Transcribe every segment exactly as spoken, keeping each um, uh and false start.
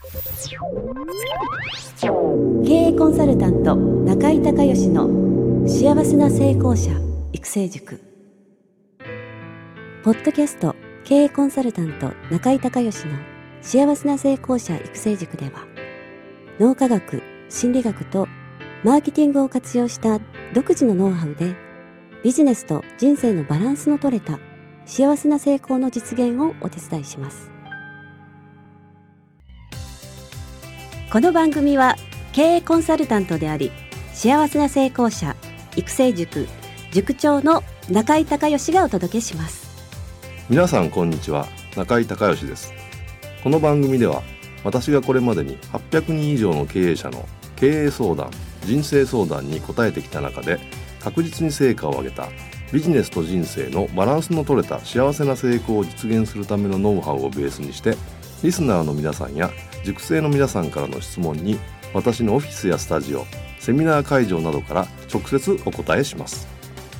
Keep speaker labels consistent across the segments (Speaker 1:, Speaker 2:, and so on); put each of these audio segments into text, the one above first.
Speaker 1: 経営コンサルタント中井孝義の幸せな成功者育成塾。ポッドキャスト経営コンサルタント中井孝義の幸せな成功者育成塾では、脳科学、心理学とマーケティングを活用した独自のノウハウでビジネスと人生のバランスの取れた幸せな成功の実現をお手伝いします。この番組は経営コンサルタントであり幸せな成功者育成塾塾長の中井孝義がお届けします。
Speaker 2: 皆さんこんにちは、中井孝義です。この番組では私がこれまでにはっぴゃくにん以上の経営者の経営相談、人生相談に答えてきた中で確実に成果を上げたビジネスと人生のバランスの取れた幸せな成功を実現するためのノウハウをベースにして、リスナーの皆さんや塾生の皆さんからの質問に私のオフィスやスタジオ、セミナー会場などから直接お答えします。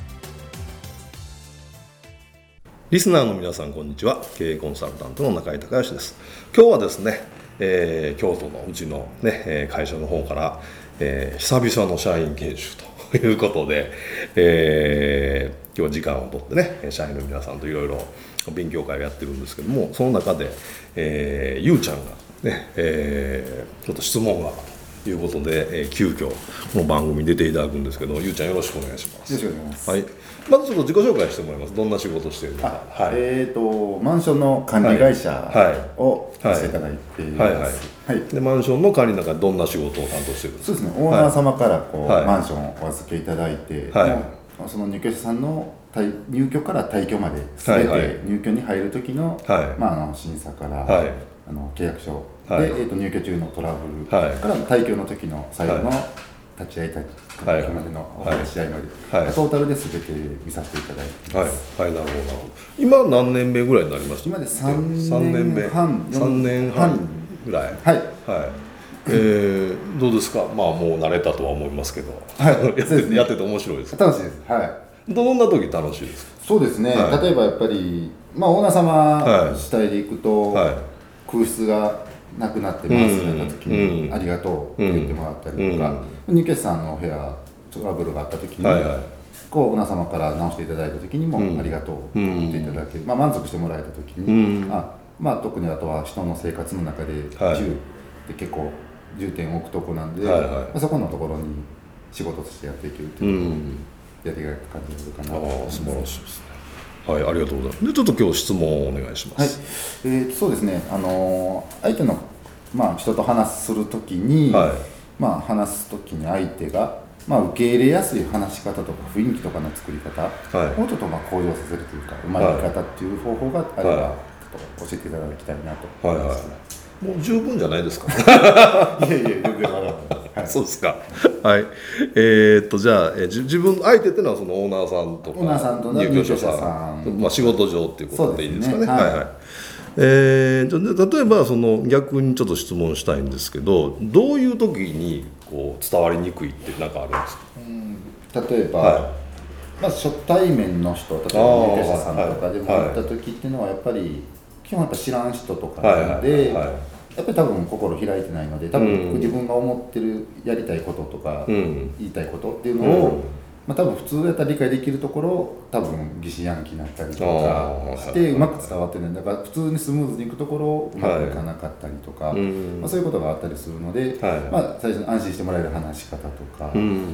Speaker 2: リスナーの皆さんこんにちは、経営コンサルタントの中井孝義です。今日はですね、えー、京都のうちの、ね、会社の方から、えー、久々の社員研修ということで、えー、今日は時間をとってね、社員の皆さんといろいろ勉強会をやってるんですけども、その中で、えー、ゆうちゃんがね、えー、ちょっと質問がということで、えー、急遽この番組に出ていただくんですけど、ゆうちゃんよろしくお願いします。
Speaker 3: よろしくお願いします。
Speaker 2: はい、まずちょっと自己紹介してもらいます。どんな仕事しているのか。
Speaker 3: はい、えーとマンションの管理会社をさせていただいています。はいはいはいはい、
Speaker 2: でマンションの管理の中でどんな仕事を担当しているんですか。
Speaker 3: そうですね、オーナー様からこう、
Speaker 2: はい、マ
Speaker 3: ンションをお預けいただいて、
Speaker 2: はい、
Speaker 3: その入居者さんの入居から退去まで全て入居に入る時の、はい、まあ、あの審査から、はい、あの契約書で、はい、えー、と入居中のトラブルから、はい、退去の時の最後の立ち会い立ち会いまでのお話し合いまで、はいはい、トータルで全て見させていただいています。
Speaker 2: はいはい、なるほど。今何年目ぐらいになりました。
Speaker 3: 今でさんねんはん
Speaker 2: さんねんはんぐらい。はい、はい、えー、どうですか。まあもう慣れたとは思いますけど、はい、やってて、ね、やってて面白いですか。
Speaker 3: 楽しいです。はい。
Speaker 2: どんな時楽しいですか。
Speaker 3: そうですね、はい、例えばやっぱり、まあ、オーナー様主体でいくと、はい、空室がなくなってますってなった時に、うん、ありがとうって言ってもらったりとか、うん、入居者さんのお部屋トラブルがあった時に、はいはい、こうオーナー様から直していただいた時にも、うん、ありがとうって言っていただける、まあ、満足してもらえた時に、うん、あ、まあ、特にあとは人の生活の中で
Speaker 2: はい、
Speaker 3: 重って結構重点を置くとこなんで、
Speaker 2: はいはい、
Speaker 3: まあ、そこのところに仕事としてやっていけるというのをやっていただく感じがするかなと思います。
Speaker 2: 素晴らしいですね。はい、ありがとうございます。でちょっと今日質問をお願いします。
Speaker 3: はい、えー、そうですね、あのー、相手の、まあ、人と話するときに、はい、まあ、話すときに相手が、まあ、受け入れやすい話し方とか雰囲気とかの作り方、はい、をちょっとまあ向上させるというか、うまい言い方っていう方法があれば、はい、ちょっと教えていただきたいなと思います。はいはい、
Speaker 2: もう十分じゃないですか。
Speaker 3: いやいや、全然まだ、はい、
Speaker 2: そうですか。はい。えー、っとじゃあ、えー、自分相手っていうのはそのオーナーさんとか
Speaker 3: オーナーさんと
Speaker 2: 入居者さん、まあ、仕事上っていうことでいいですかね。はいはい。えー、例えばその逆にちょっと質問したいんですけど、どういう時にこう伝わりにくいって何かあるんですか。
Speaker 3: うん、例えば、はい、まあ、初対面の人、例えば入居者さんとかでも行った時っていうのはやっぱり基本やっぱ知らん人とかなんで、はいはいはいはい、やっぱり多分心開いてないので、多分自分が思ってるやりたいこととか、うん、言いたいことっていうのを、うん、まあ、多分普通だったら理解できるところを多分疑心暗鬼になったりとかしてうまく伝わってない。だから普通にスムーズにいくところをうまくいかなかったりとか、はい、まあ、そういうことがあったりするので、はい、まあ、最初に安心してもらえる話し方とか、うん、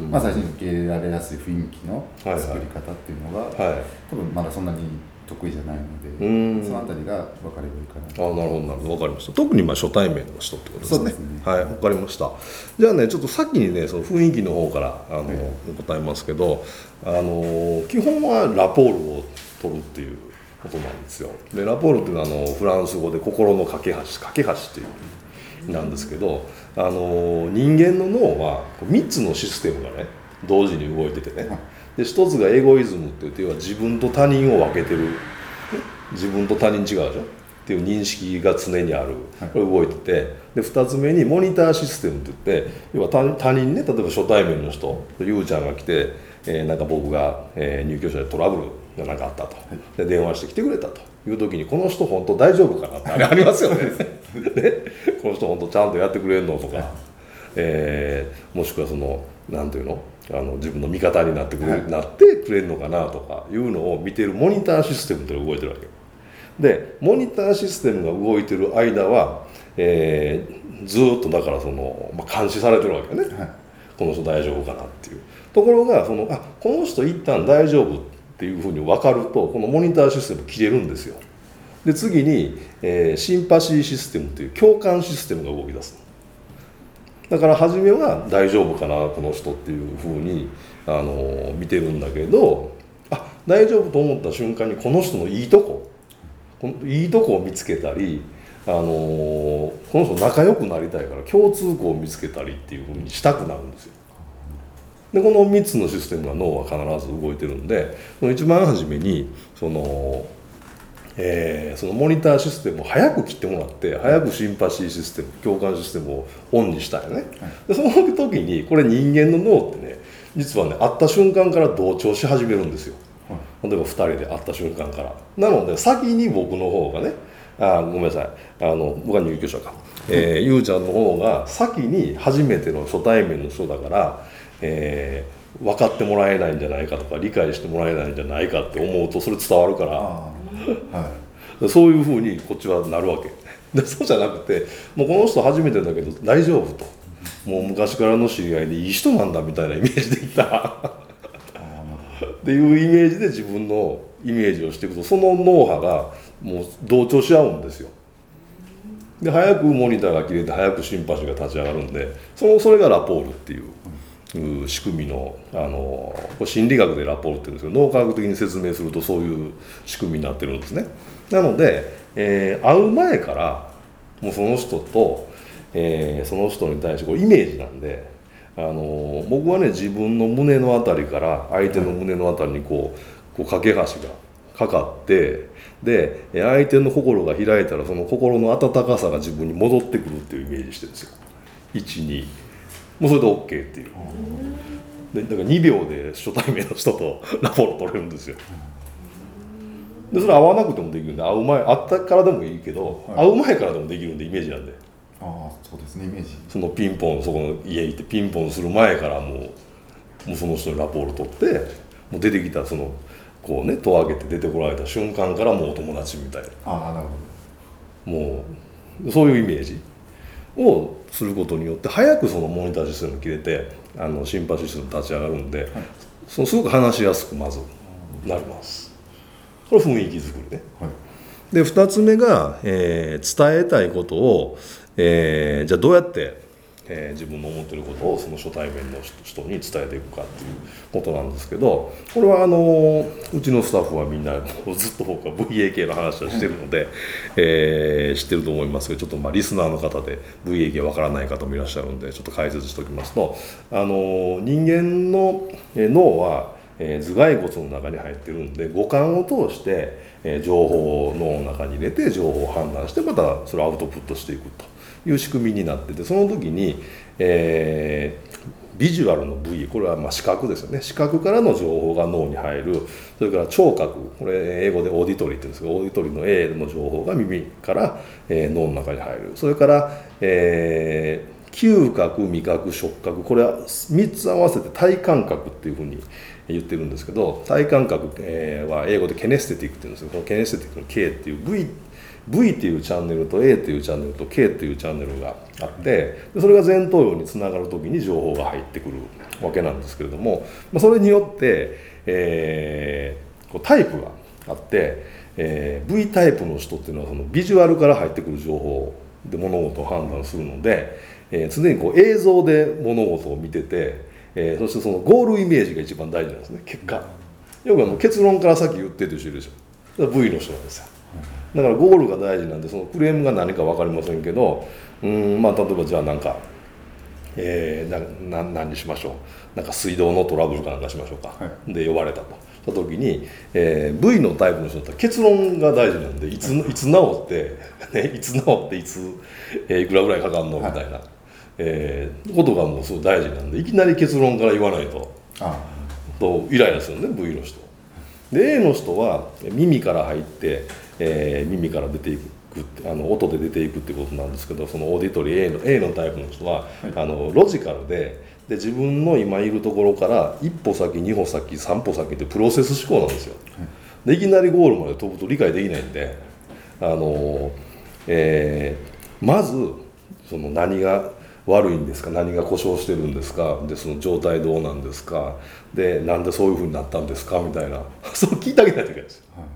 Speaker 3: まあ、最初に受け入れられやすい雰囲気の作り方っていうのが、はいはい、多分まだそんなに得意じゃないので、うん、そのあたりが分かればいいかなと。
Speaker 2: あ、なるほどなるほど、分かりました。特にまあ初対面の人ってことですね。
Speaker 3: そうですね。
Speaker 2: はい、分かりました。じゃあね、ちょっと先にねその雰囲気の方からあの、はい、答えますけど、あの基本はラポールを取るっていうことなんですよ。でラポールっていうのはあのフランス語で心の架け橋架け橋っていう意味なんですけど、あの人間の脳はみっつのシステムがね同時に動いててね、はい、で一つがエゴイズムっていうのは自分と他人を分けてる、自分と他人違うでしょっていう認識が常にある、これ動いてて、でふたつめにモニターシステムって言って、要は 他, 他人ね、例えば初対面の人、ゆうちゃんが来て、えー、なんか僕が、えー、入居者でトラブルがなんかあったと、で電話してきてくれたという時に、この人本当大丈夫かなってあれありますよね。 ね、この人本当ちゃんとやってくれるのとか、えー、もしくはそのなんていうのあの自分の味方になってくれ、はい、なってくれるのかなとかいうのを見てるモニターシステムというのが動いてるわけで、モニターシステムが動いてる間は、えー、ずっとだからその、まあ、監視されてるわけね、はい、この人大丈夫かなっていうところがそのあこの人一旦大丈夫っていうふうに分かるとこのモニターシステム切れるんですよ。で次に、えー、シンパシーシステムという共感システムが動き出す。だから初めは大丈夫かなこの人っていうふうに、あのー、見てるんだけど、あ大丈夫と思った瞬間にこの人のいいとここのいいとこを見つけたり、あのー、この人仲良くなりたいから共通項を見つけたりっていうふうにしたくなるんですよ。でこのみっつのシステムは脳は必ず動いてるんで、その一番初めにそのえー、そのモニターシステムを早く切ってもらって早くシンパシーシステム共感システムをオンにしたよね、はい、でその時にこれ人間の脳ってね実はね会った瞬間から同調し始めるんですよ、はい、例えばふたりで会った瞬間からなので先に僕の方がねあごめんなさいあの僕は入居者か、えー、ゆうちゃんの方が先に初めての初対面の人だから、えー、分かってもらえないんじゃないかとか理解してもらえないんじゃないかって思うとそれ伝わるから、はい、そういうふうにこっちはなるわけでそうじゃなくてもうこの人初めてだけど大丈夫ともう昔からの知り合いでいい人なんだみたいなイメージでいたっていうイメージで自分のイメージをしていくとその脳波がもう同調し合うんですよ。で早くモニターが切れて早くシンパシーが立ち上がるんでそのそれがラポールっていう仕組みの、あのこれ心理学でラポールって言うんですけど脳科学的に説明するとそういう仕組みになってるんですね。なので、えー、会う前からもうその人と、えー、その人に対してこれイメージなんで、あの僕はね自分の胸のあたりから相手の胸のあたりにこう、こう架け橋がかかってで相手の心が開いたらその心の温かさが自分に戻ってくるっていうイメージしてるんですよ。いち、にもうそれで OK っていうでだからにびょうで初対面の人とラポール取れるんですよ。でそれ会わなくてもできるんで会う前会ったからでもいいけど、はい、会う前からでもできるんでイメージなんで
Speaker 3: ああそうですねイメージ
Speaker 2: そのピンポンそこの家行ってピンポンする前からもう、もうその人にラポール取ってもう出てきたそのこうね戸を開けて出てこられた瞬間からもうお友達みたいな
Speaker 3: ああなるほ
Speaker 2: どもうそういうイメージをすることによって早くそのモニターシステムが切れてあのシンパシーシステム立ち上がるんで、はい、そのすごく話しやすくまずなります。これ雰囲気作りね、はい、でふたつめが、えー、伝えたいことを、えー、じゃあどうやって、えー、自分の思ってることをその初対面の人に伝えていくかっていうことなんですけどこれはあのうちのスタッフはみんなずっと僕は ブイエーケー の話をしてるので、えー、知ってると思いますけどちょっとまあリスナーの方で ブイエーケー わからない方もいらっしゃるのでちょっと解説しておきますとあの人間の脳はえー、頭蓋骨の中に入ってるんで五感を通して、えー、情報を脳の中に入れて情報を判断してまたそれをアウトプットしていくという仕組みになっててその時に、えー、ビジュアルの部位これはまあ視覚ですよね視覚からの情報が脳に入るそれから聴覚これ英語でオーディトリーって言うんですけどオーディトリーの A の情報が耳から、えー、脳の中に入るそれから、えー、嗅覚味覚触覚これはみっつ合わせて体感覚っていうふうに言ってるんですけど体感覚、えー、は英語でケネステティックっていうんですけどこのケネステティックの K っていう V, V っていうチャンネルと A っていうチャンネルと K っていうチャンネルがあってそれが前頭葉につながる時に情報が入ってくるわけなんですけれどもそれによって、えー、こうタイプがあって、えー、V タイプの人っていうのはそのビジュアルから入ってくる情報で物事を判断するので、えー、常にこう映像で物事を見ててえー、そしてそのゴールイメージが一番大事なんですね結果よくあの結論から先言ってる人いるでしょだから V の人なんですよだからゴールが大事なんでそのクレームが何か分かりませんけどうーんまあ例えばじゃあなんか、えー、なな何にしましょうなんか水道のトラブルかなんかしましょうか、はい、で呼ばれたとした時に、えー、V のタイプの人だったら結論が大事なんでいつ、いつ治って、ね、いつ治っていつ、えー、いくらぐらいかかんのみたいな、はいえー、ことがもうすごい大事なんでいきなり結論から言わないとああとイライラするね V の人で A の人は耳から入って、えー、耳から出ていくく、あの音で出ていくっていうことなんですけど、そのオーディトリー A の A のタイプの人は、はい、あのロジカルで、で自分の今いるところから一歩先二歩先三歩先ってプロセス思考なんですよ。はい、でいきなりゴールまで飛ぶと理解できないんで、あの、えー、まずその何が悪いんですか、何が故障してるんですか、でその状態どうなんですか、でなんでそういうふうになったんですかみたいなそう聞いてあげないといけないんですよ。はい、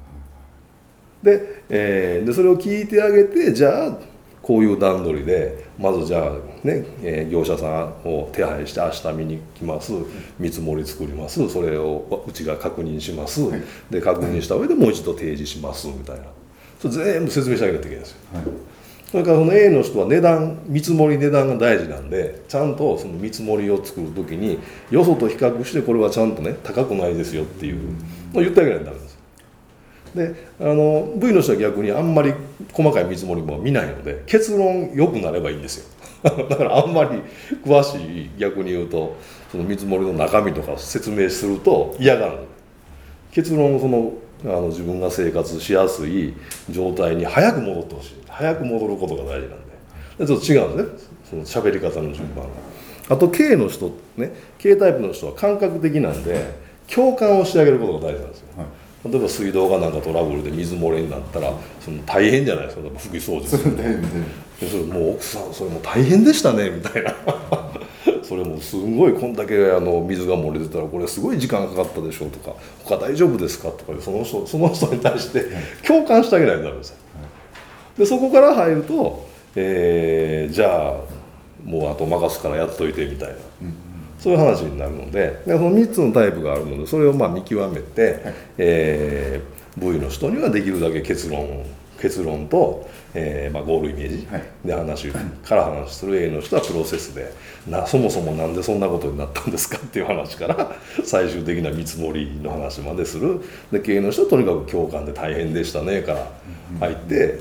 Speaker 2: で、えー、でそれを聞いてあげて、じゃあこういう段取りでまずじゃあね、えー、業者さんを手配して明日見に来ます、見積もり作ります、それをうちが確認します、はい、で確認した上でもう一度提示しますみたいな、それ全部説明してあげないといけないんですよ。はい、それからその A の人は値段、見積もり値段が大事なんで、ちゃんとその見積もりを作るときによそと比較してこれはちゃんとね高くないですよっていうのを言ってあげないとダメです。であの V の人は逆にあんまり細かい見積もりも見ないので結論良くなればいいんですよだからあんまり詳しい、逆に言うとその見積もりの中身とか説明すると嫌がる。結論そのあの自分が生活しやすい状態に早く戻ってほしい、早く戻ることが大事なんで、でちょっと違うんですね、その喋り方の順番が。あと K の人ね、K タイプの人は感覚的なんで共感をしてあげることが大事なんですよ。はい、例えば水道がなんかトラブルで水漏れになったらその大変じゃないですか、拭き掃除するでそれもう奥さんそれも大変でしたねみたいなそれもすごいこんだけあの水が漏れてたらこれすごい時間かかったでしょうとか、他大丈夫ですかとか、その人その人に対して共感してあげないとダメですよ。でそこから入ると、えー、じゃあもうあと任すからやっといてみたいな、うん、そういう話になるので、でそのみっつのタイプがあるのでそれをまあ見極めて、はい、えー、V の人にはできるだけ結論結論と、えーまあ、ゴールイメージで話から話する A の人はプロセスでな、そもそもなんでそんなことになったんですかっていう話から最終的な見積もりの話までする。で K の人はとにかく共感で大変でしたねから入って、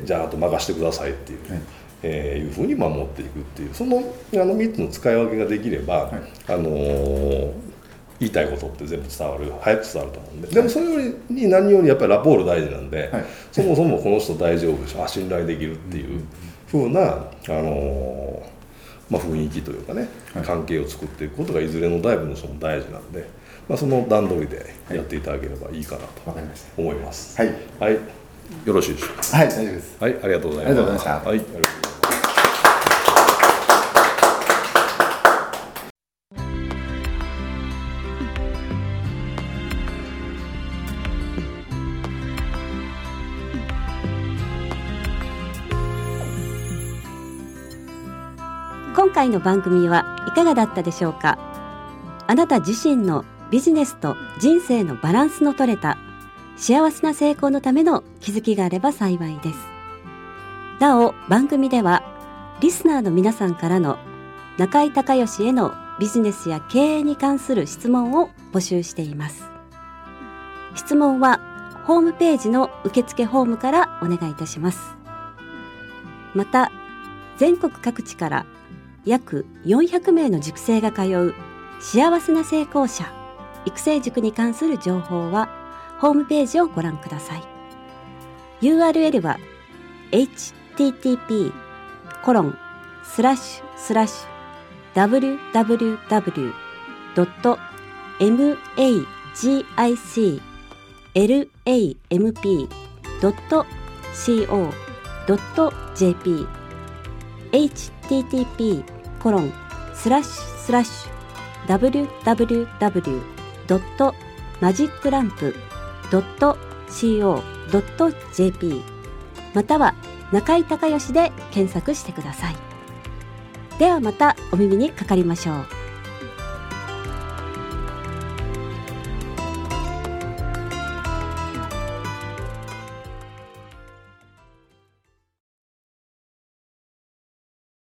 Speaker 2: じゃああと任せてくださいっていう、えー、いうふうに守っていくっていう、そのあのみっつの使い分けができれば、あのー言いたいことって全部伝わる、早く伝わると思うんで、でもそれよりに何よりやっぱりラポール大事なんで、はい、そもそもこの人大丈夫でしょ、信頼できるっていうふうな、あのーまあ、雰囲気というかね、はい、関係を作っていくことがいずれのタイプの人も大事なんで、まあ、その段取りでやっていただければいいかなと思います。はい、はい、よろしいでしょうか。
Speaker 3: はい、大丈夫です。
Speaker 2: はい、ありがとうございます。
Speaker 3: ありがとうございました。
Speaker 2: はい、ありがとうございます。
Speaker 1: 今回の番組はいかがだったでしょうか。あなた自身のビジネスと人生のバランスの取れた幸せな成功のための気づきがあれば幸いです。なお番組ではリスナーの皆さんからの中井孝義へのビジネスや経営に関する質問を募集しています。質問はホームページの受付フォームからお願いいたします。また全国各地から約よんひゃくめいの塾生が通う幸せな成功者育成塾に関する情報はホームページをご覧ください。 ユーアールエル は エイチティーティーピーコロンスラッシュスラッシュダブリューダブリューダブリュードットマジックランプドットコードットジェーピー エイチティーティーピーコロンスラッシュスラッシュダブリューダブリューダブリュードットマジックランプドットコードットジェーピー または中井孝義で検索してください。ではまたお耳にかかりましょう。